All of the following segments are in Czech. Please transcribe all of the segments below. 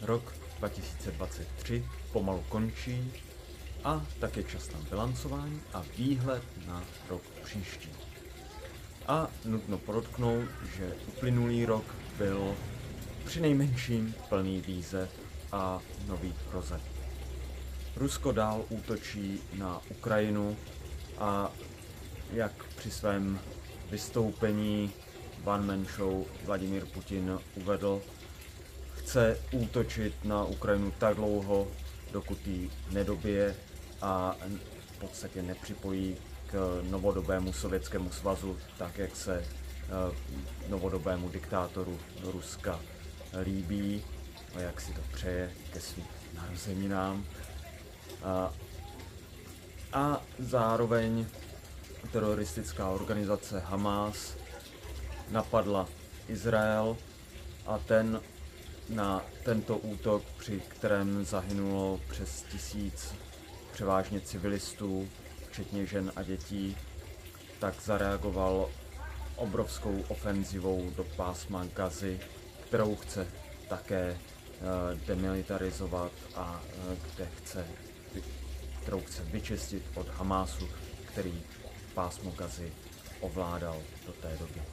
Rok 2023 pomalu končí a tak je čas na bilancování a výhled na rok příští. A nutno podotknout, že uplynulý rok byl přinejmenším plný výzev a nových hrozeb. Rusko dál útočí na Ukrajinu a jak při svém vystoupení One Man Show Vladimír Putin uvedl, chce útočit na Ukrajinu tak dlouho, dokud ji nedobije a v podstatě nepřipojí k novodobému Sovětskému svazu, tak jak se novodobému diktátoru Ruska líbí a jak si to přeje ke svým narozeninám. A zároveň teroristická organizace Hamas napadla Izrael a ten na tento útok, při kterém zahynulo přes 1000 převážně civilistů, včetně žen a dětí, tak zareagoval obrovskou ofenzivou do pásma Gazy, kterou chce také demilitarizovat a kterou chce vyčistit od Hamásu, který pásmo Gazy ovládal do té doby.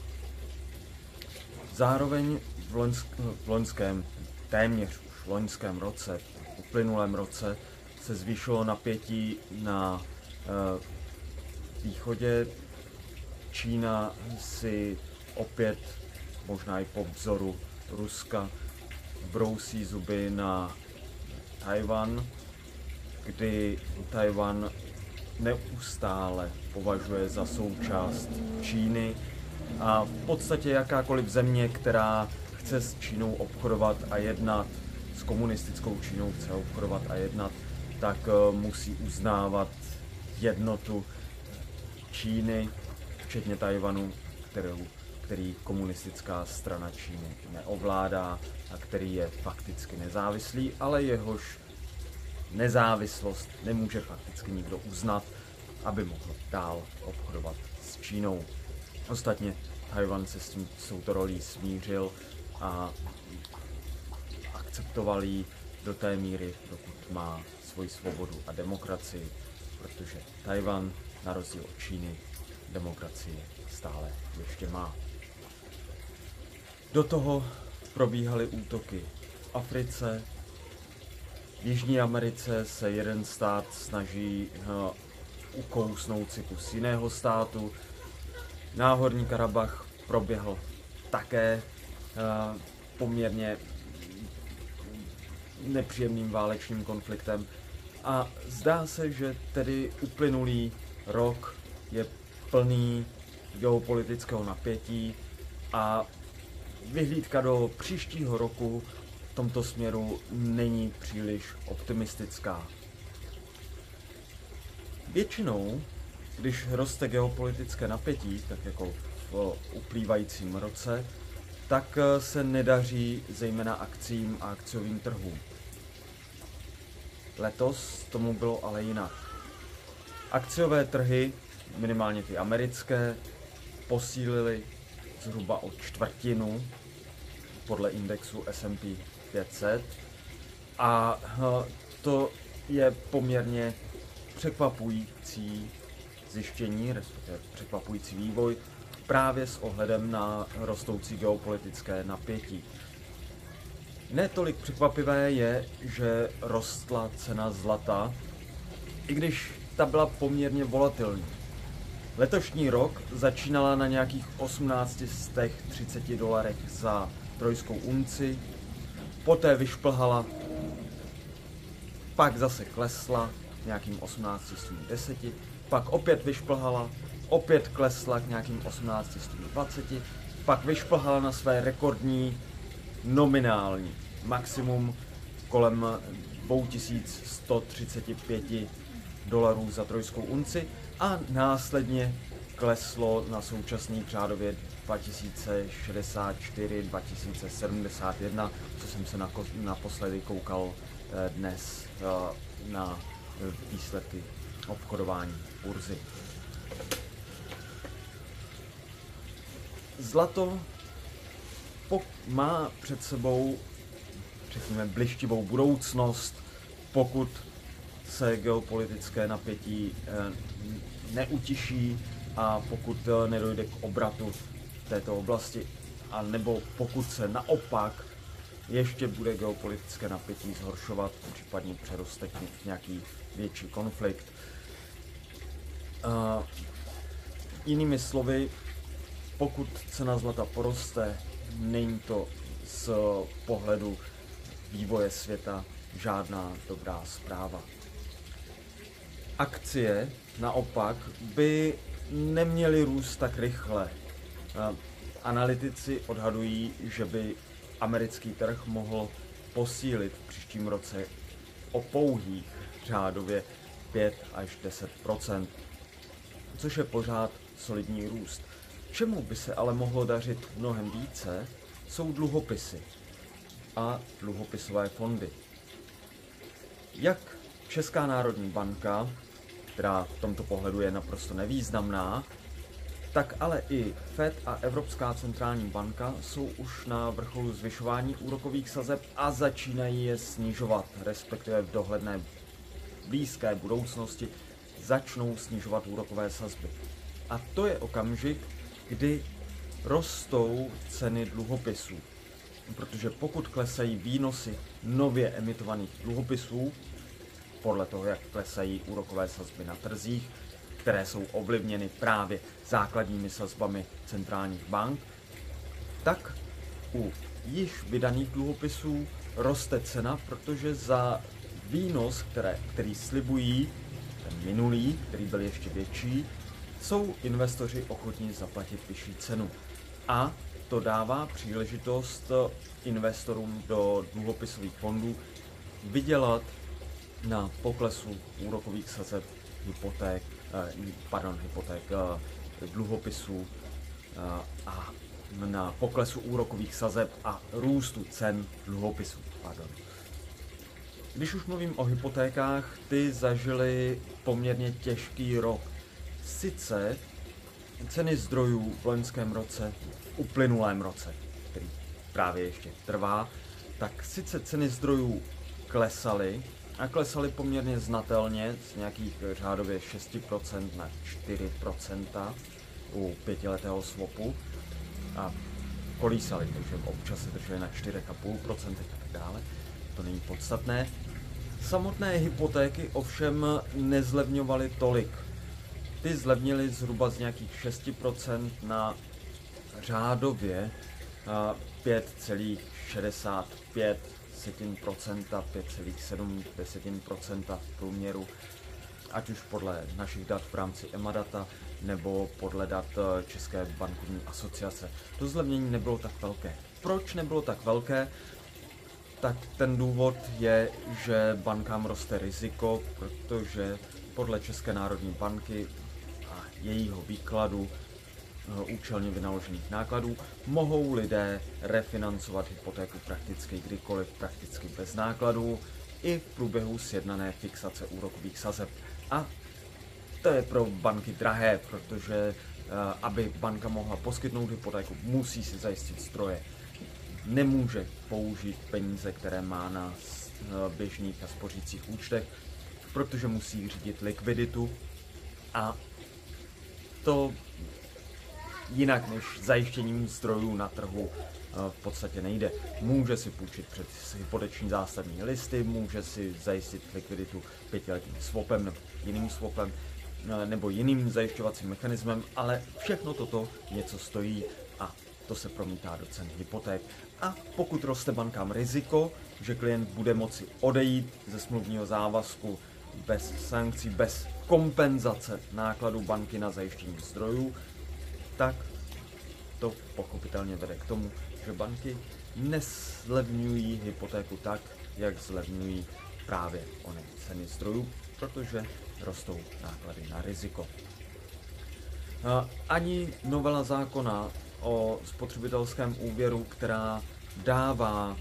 Zároveň v loňském, téměř už loňském roce, v uplynulém roce, se zvýšilo napětí na východě. Čína si opět, možná i po vzoru Ruska, brousí zuby na Tchaj-wan, kdy Tchaj-wan neustále považuje za součást Číny a v podstatě jakákoliv země, která chce s Čínou obchodovat a jednat, s komunistickou Čínou chce obchodovat a jednat, tak musí uznávat jednotu Číny, včetně Tchaj-wanu, který komunistická strana Číny neovládá a který je fakticky nezávislý, ale jehož nezávislost nemůže fakticky nikdo uznat, aby mohl dál obchodovat s Čínou. Ostatně Tchaj-wan se s touto rolí smířil a akceptoval ji do té míry, dokud má svoji svobodu a demokracii, protože Tchaj-wan na rozdíl od Číny demokracii stále ještě má. Do toho probíhaly útoky v Africe. V Jižní Americe se jeden stát snaží ukousnout si kus jiného státu. Náhorní Karabach proběhl také poměrně nepříjemným válečným konfliktem. A zdá se, že tedy uplynulý rok je plný geopolitického napětí a vyhlídka do příštího roku v tomto směru není příliš optimistická. Většinou, když roste geopolitické napětí, tak jako v uplývajícím roce, tak se nedaří zejména akciím a akciovým trhům. Letos tomu bylo ale jinak. Akciové trhy, minimálně ty americké, posílily zhruba o čtvrtinu podle indexu S&P 500 a to je poměrně překvapující zjištění, respektive překvapující vývoj právě s ohledem na rostoucí geopolitické napětí. Netolik překvapivé je, že rostla cena zlata, i když ta byla poměrně volatilní. Letošní rok začínala na nějakých $1830 za trojskou unci, poté vyšplhala, pak zase klesla nějakým 1810, pak opět vyšplhala, opět klesla k nějakým 1820, pak vyšplhala na své rekordní nominální maximum kolem $2135 za trojskou unci a následně kleslo na současný řádově 2064, 2071, co jsem se naposledy koukal dnes na výsledky obchodování burzy. Zlato má před sebou řekněme, blištivou budoucnost, pokud se geopolitické napětí neutiší a pokud nedojde k obratu v této oblasti, a nebo pokud se naopak ještě bude geopolitické napětí zhoršovat, případně přeroste v nějaký větší konflikt. Jinými slovy, pokud cena zlata poroste, není to z pohledu vývoje světa žádná dobrá zpráva. Akcie naopak by neměly růst tak rychle. Analytici odhadují, že by americký trh mohl posílit v příštím roce o pouhých řádově 5 až 10%, což je pořád solidní růst. Čemu by se ale mohlo dařit mnohem více, jsou dluhopisy a dluhopisové fondy. Jak Česká národní banka, která v tomto pohledu je naprosto nevýznamná, tak ale i FED a Evropská centrální banka jsou už na vrcholu zvyšování úrokových sazeb a začínají je snižovat, respektive v dohledné blízké budoucnosti začnou snižovat úrokové sazby. A to je okamžik, kdy rostou ceny dluhopisů. Protože pokud klesají výnosy nově emitovaných dluhopisů, podle toho, jak klesají úrokové sazby na trzích, které jsou ovlivněny právě základními sazbami centrálních bank, tak u již vydaných dluhopisů roste cena, protože za výnos, který slibují, ten minulý, který byl ještě větší, jsou investoři ochotní zaplatit vyšší cenu. A to dává příležitost investorům do dluhopisových fondů vydělat na poklesu úrokových sazeb dluhopisů a na poklesu úrokových sazeb a růstu cen dluhopisů. Když už mluvím o hypotékách, ty zažily poměrně těžký rok. Sice ceny zdrojů v loňském roce, v uplynulém roce, který právě ještě trvá, tak sice ceny zdrojů klesaly, a klesaly poměrně znatelně z nějakých řádově 6% na 4% u pětiletého swapu a kolísaly, takže občas se držely na 4,5% a tak dále, to není podstatné. Samotné hypotéky ovšem nezlevňovaly tolik. Ty zlevnily zhruba z nějakých 6% na řádově 5,65%, 5,7% v průměru, ať už podle našich dat v rámci EMADATA nebo podle dat České bankovní asociace. To zlevnění nebylo tak velké. Proč nebylo tak velké? Tak ten důvod je, že bankám roste riziko, protože podle České národní banky a jejího výkladu účelně vynaložených nákladů mohou lidé refinancovat hypotéku prakticky kdykoliv, prakticky bez nákladů i v průběhu sjednané fixace úrokových sazeb. A to je pro banky drahé, protože aby banka mohla poskytnout hypotéku, musí si zajistit zdroje. Nemůže použít peníze, které má na běžných a spořících účtech, protože musí řídit likviditu a to jinak než zajištěním zdrojů na trhu v podstatě nejde. Může si půjčit přes hypoteční zástavní listy, může si zajistit likviditu pětiletým swapem nebo jiným swapem nebo jiným zajišťovacím mechanismem, ale všechno toto něco stojí a to se promítá do cen hypoték. A pokud roste bankám riziko, že klient bude moci odejít ze smluvního závazku bez sankcí, bez kompenzace nákladů banky na zajištění zdrojů, tak to pochopitelně vede k tomu, že banky neslevňují hypotéku tak, jak zlevňují právě ony ceny zdrojů, protože rostou náklady na riziko. Ani novela zákona o spotřebitelském úvěru, která dává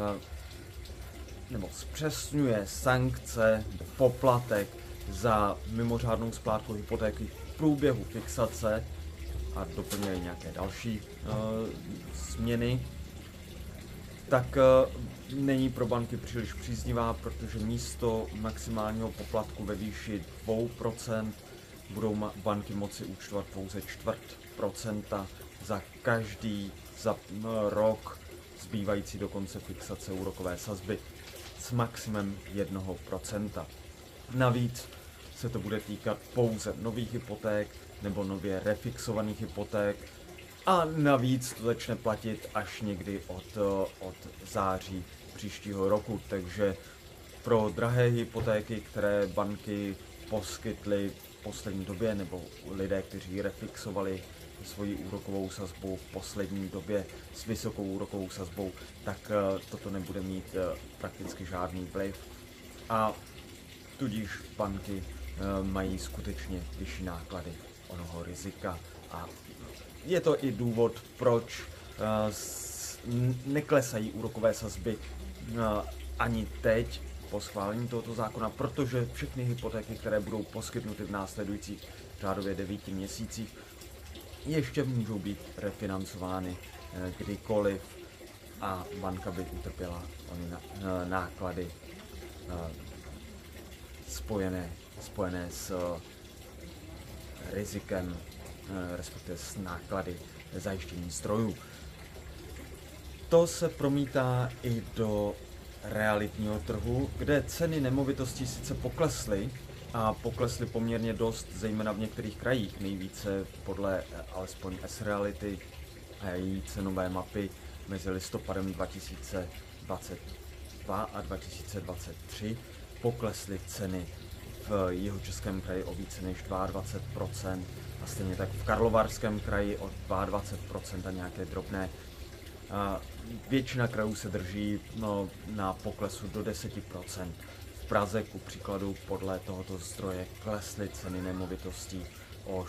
nebo zpřesňuje sankce, poplatek za mimořádnou splátku hypotéky v průběhu fixace a doplňuje nějaké další změny, tak není pro banky příliš příznivá, protože místo maximálního poplatku ve výši 2% budou banky moci účtovat pouze 0,25% za každý rok zbývající do konce fixace úrokové sazby s maximem 1%. Navíc se to bude týkat pouze nových hypoték nebo nově refixovaných hypoték a navíc to začne platit až někdy od září příštího roku, takže pro drahé hypotéky, které banky poskytly v poslední době, nebo lidé, kteří refixovali svoji úrokovou sazbu v poslední době s vysokou úrokovou sazbou, tak toto nebude mít prakticky žádný vliv. A tudíž banky mají skutečně vyšší náklady onoho rizika. A je to i důvod, proč neklesají úrokové sazby ani teď po schválení tohoto zákona, protože všechny hypotéky, které budou poskytnuty v následujících řádově 9 měsících, ještě můžou být refinancovány kdykoliv a banka by utrpěla ony náklady spojené s rizikem, respektive s náklady zajištění zdrojů. To se promítá i do realitního trhu, kde ceny nemovitostí sice poklesly a poklesly poměrně dost, zejména v některých krajích, nejvíce podle alespoň S-Reality a její cenové mapy mezi listopadem 2022 a 2023 poklesly ceny v Jihočeském kraji o více než 22% a stejně tak v Karlovarském kraji o 22% a nějaké drobné. Většina krajů se drží na poklesu do 10%. V Praze, ku příkladu, podle tohoto zdroje klesly ceny nemovitostí o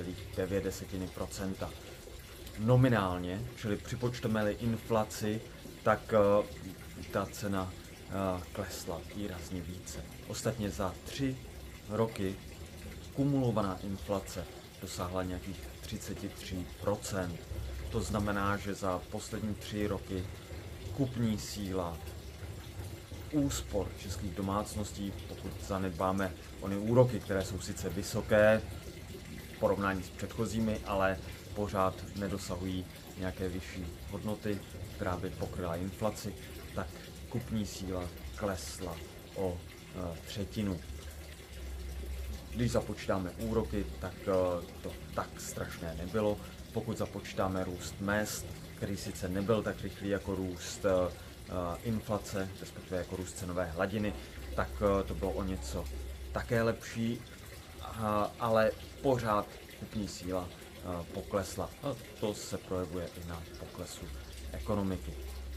6,9%. Nominálně, čili připočteme-li inflaci, tak ta cena klesla výrazně více. Ostatně za 3 roky kumulovaná inflace dosáhla nějakých 33%. To znamená, že za poslední 3 roky kupní síla úspor českých domácností, pokud zanedbáme ony úroky, které jsou sice vysoké v porovnání s předchozími, ale pořád nedosahují nějaké vyšší hodnoty, která by pokryla inflaci, tak kupní síla klesla o 1/3. Když započítáme úroky, tak to tak strašné nebylo. Pokud započítáme růst mezd, který sice nebyl tak rychlý jako růst inflace, respektive jako růst cenové hladiny, tak to bylo o něco také lepší, ale pořád kupní síla poklesla. A to se projevuje i na poklesu ekonomiky.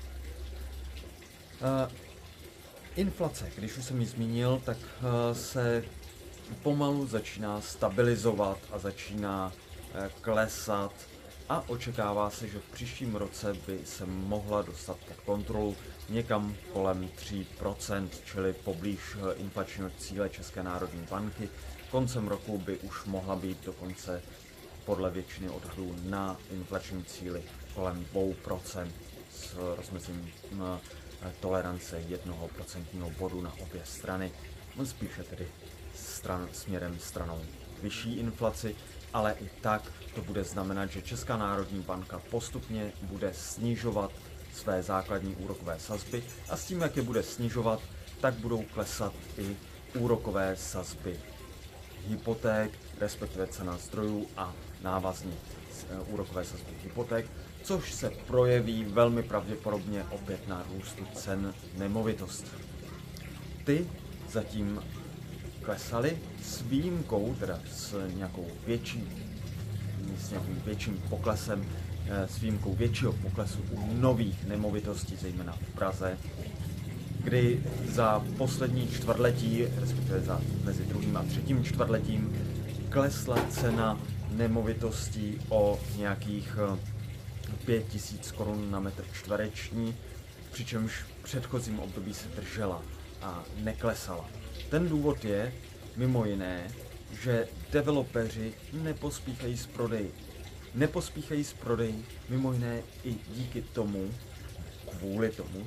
Inflace, když už jsem ji zmínil, tak se pomalu začíná stabilizovat a začíná klesat a očekává se, že v příštím roce by se mohla dostat pod kontrolu někam kolem 3%, čili poblíž inflačního cíle České národní banky. Koncem roku by už mohla být dokonce podle většiny odhadů na inflační cíli kolem 2% s rozmezením tolerance 1% bodu na obě strany. Spíše tedy směrem stranou vyšší inflaci, ale i tak to bude znamenat, že Česká národní banka postupně bude snižovat své základní úrokové sazby a s tím, jak je bude snižovat, tak budou klesat i úrokové sazby hypoték, respektive cena zdrojů a návazně úrokové sazby hypoték, což se projeví velmi pravděpodobně opět na růstu cen nemovitostí. Ty zatím klesaly s výjimkou, teda s nějakým větším poklesem, s výjimkou většího poklesu u nových nemovitostí, zejména v Praze, kdy za poslední čtvrtletí, respektive mezi druhým a třetím čtvrtletím, klesla cena nemovitostí o nějakých 5 000 korun na metr čtvereční, přičemž v předchozím období se držela a neklesala. Ten důvod je, mimo jiné, že developeři nepospíchají s prodeji. Nepospíchají s prodeji mimo jiné i díky tomu, kvůli tomu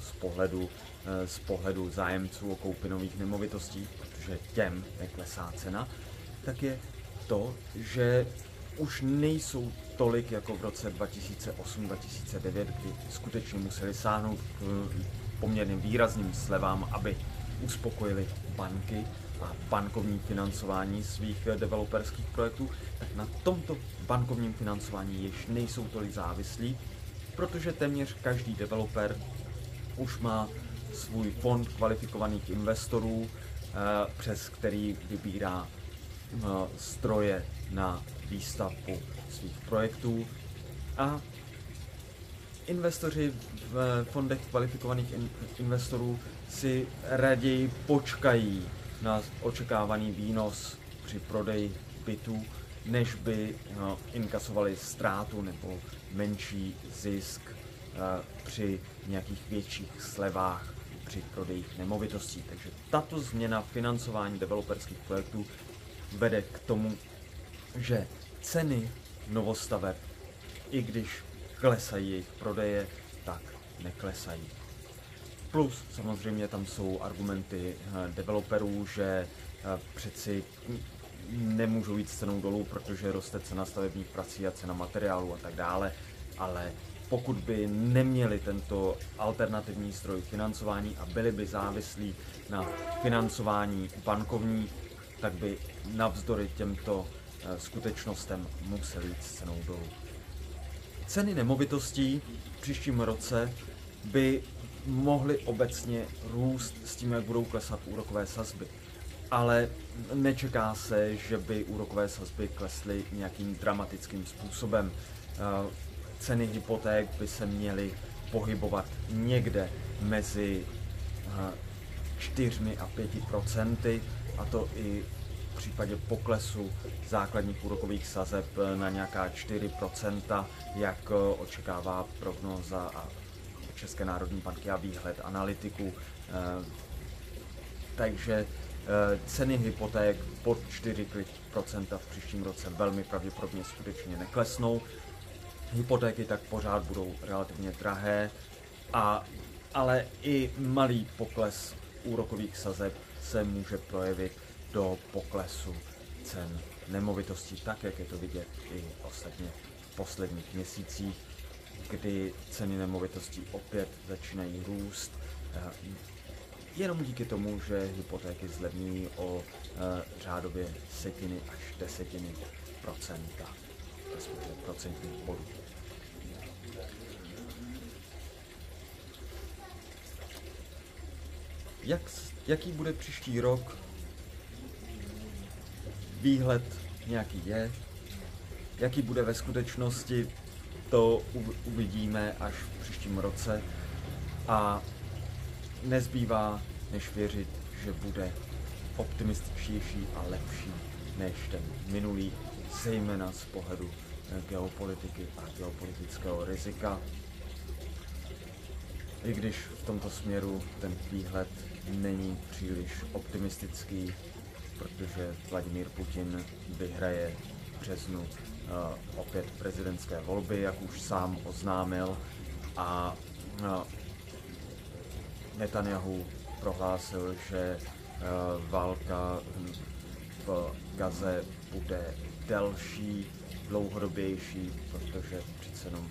z pohledu zájemců o koupě nových nemovitostí, protože těm neklesá cena, tak je to, že už nejsou tolik jako v roce 2008-2009, kdy skutečně museli sáhnout k poměrně výrazným slevám, aby uspokojili banky a bankovní financování svých developerských projektů, tak na tomto bankovním financování již nejsou tolik závislí, protože téměř každý developer už má svůj fond kvalifikovaných investorů, přes který vybírá zdroje na výstavbu svých projektů, a investoři v fondech kvalifikovaných investorů si raději počkají na očekávaný výnos při prodeji bytů, než by inkasovali ztrátu nebo menší zisk při nějakých větších slevách při prodejích nemovitostí. Takže tato změna financování developerských projektů vede k tomu, že ceny novostaveb, i když klesají jejich prodeje, tak neklesají. Plus samozřejmě tam jsou argumenty developerů, že přeci nemůžou jít s cenou dolů, protože roste cena stavebních prací a cena materiálu a tak dále, ale pokud by neměli tento alternativní zdroj financování a byli by závislí na financování bankovní, tak by navzdory těmto skutečnostem museli jít s cenou dolů. Ceny nemovitostí v příštím roce by mohly obecně růst s tím, jak budou klesat úrokové sazby. Ale nečeká se, že by úrokové sazby klesly nějakým dramatickým způsobem. Ceny hypoték by se měly pohybovat někde mezi 4 a 5%, a to i v případě poklesu základních úrokových sazeb na nějaká 4%, jak očekává prognóza České národní banky a výhled analytiků. Takže ceny hypoték pod 4% v příštím roce velmi pravděpodobně skutečně neklesnou. Hypotéky tak pořád budou relativně drahé, ale i malý pokles úrokových sazeb se může projevit do poklesu cen nemovitostí, tak jak je to vidět i ostatně v posledních měsících, kdy ceny nemovitostí opět začínají růst, jenom díky tomu, že hypotéky zlevňují o řádově setiny až desetiny procenta, respektive procentních bodů. Jaký bude příští rok? Výhled nějaký je. Jaký bude ve skutečnosti, to uvidíme až v příštím roce. A nezbývá než věřit, že bude optimističtější a lepší než ten minulý, zejména z pohledu geopolitiky a geopolitického rizika. I když v tomto směru ten výhled není příliš optimistický, protože Vladimír Putin vyhraje v březnu opět prezidentské volby, jak už sám oznámil, a Netanjahu prohlásil, že válka v Gaze bude delší, dlouhodobější, protože přece jenom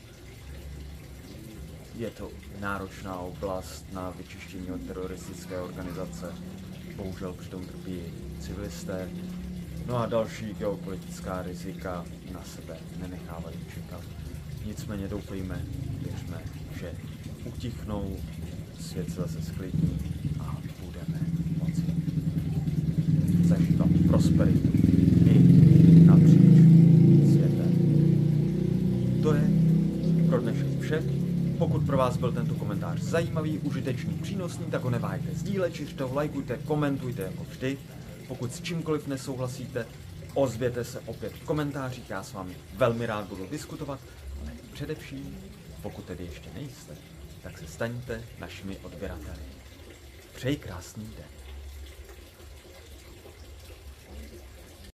je to náročná oblast na vyčištění od teroristické organizace. Bohužel přitom trpí civilisté. No a další geopolitická rizika na sebe nenechávají čekat. Nicméně doufejme, věřme, že utichnou, svět se zase sklidní a budeme moci zažívat prosperitu i napříč světem. To je pro dnešek vše. Pokud pro vás byl tento komentář zajímavý, užitečný, přínosný, tak ho neváhejte sdílet, šiřte ho, lajkujte, komentujte jako vždy. Pokud s čímkoliv nesouhlasíte, ozvěte se opět v komentářích, já s vámi velmi rád budu diskutovat, ale především, pokud tedy ještě nejste, tak se staňte našimi odběrateli. Přeji krásný den.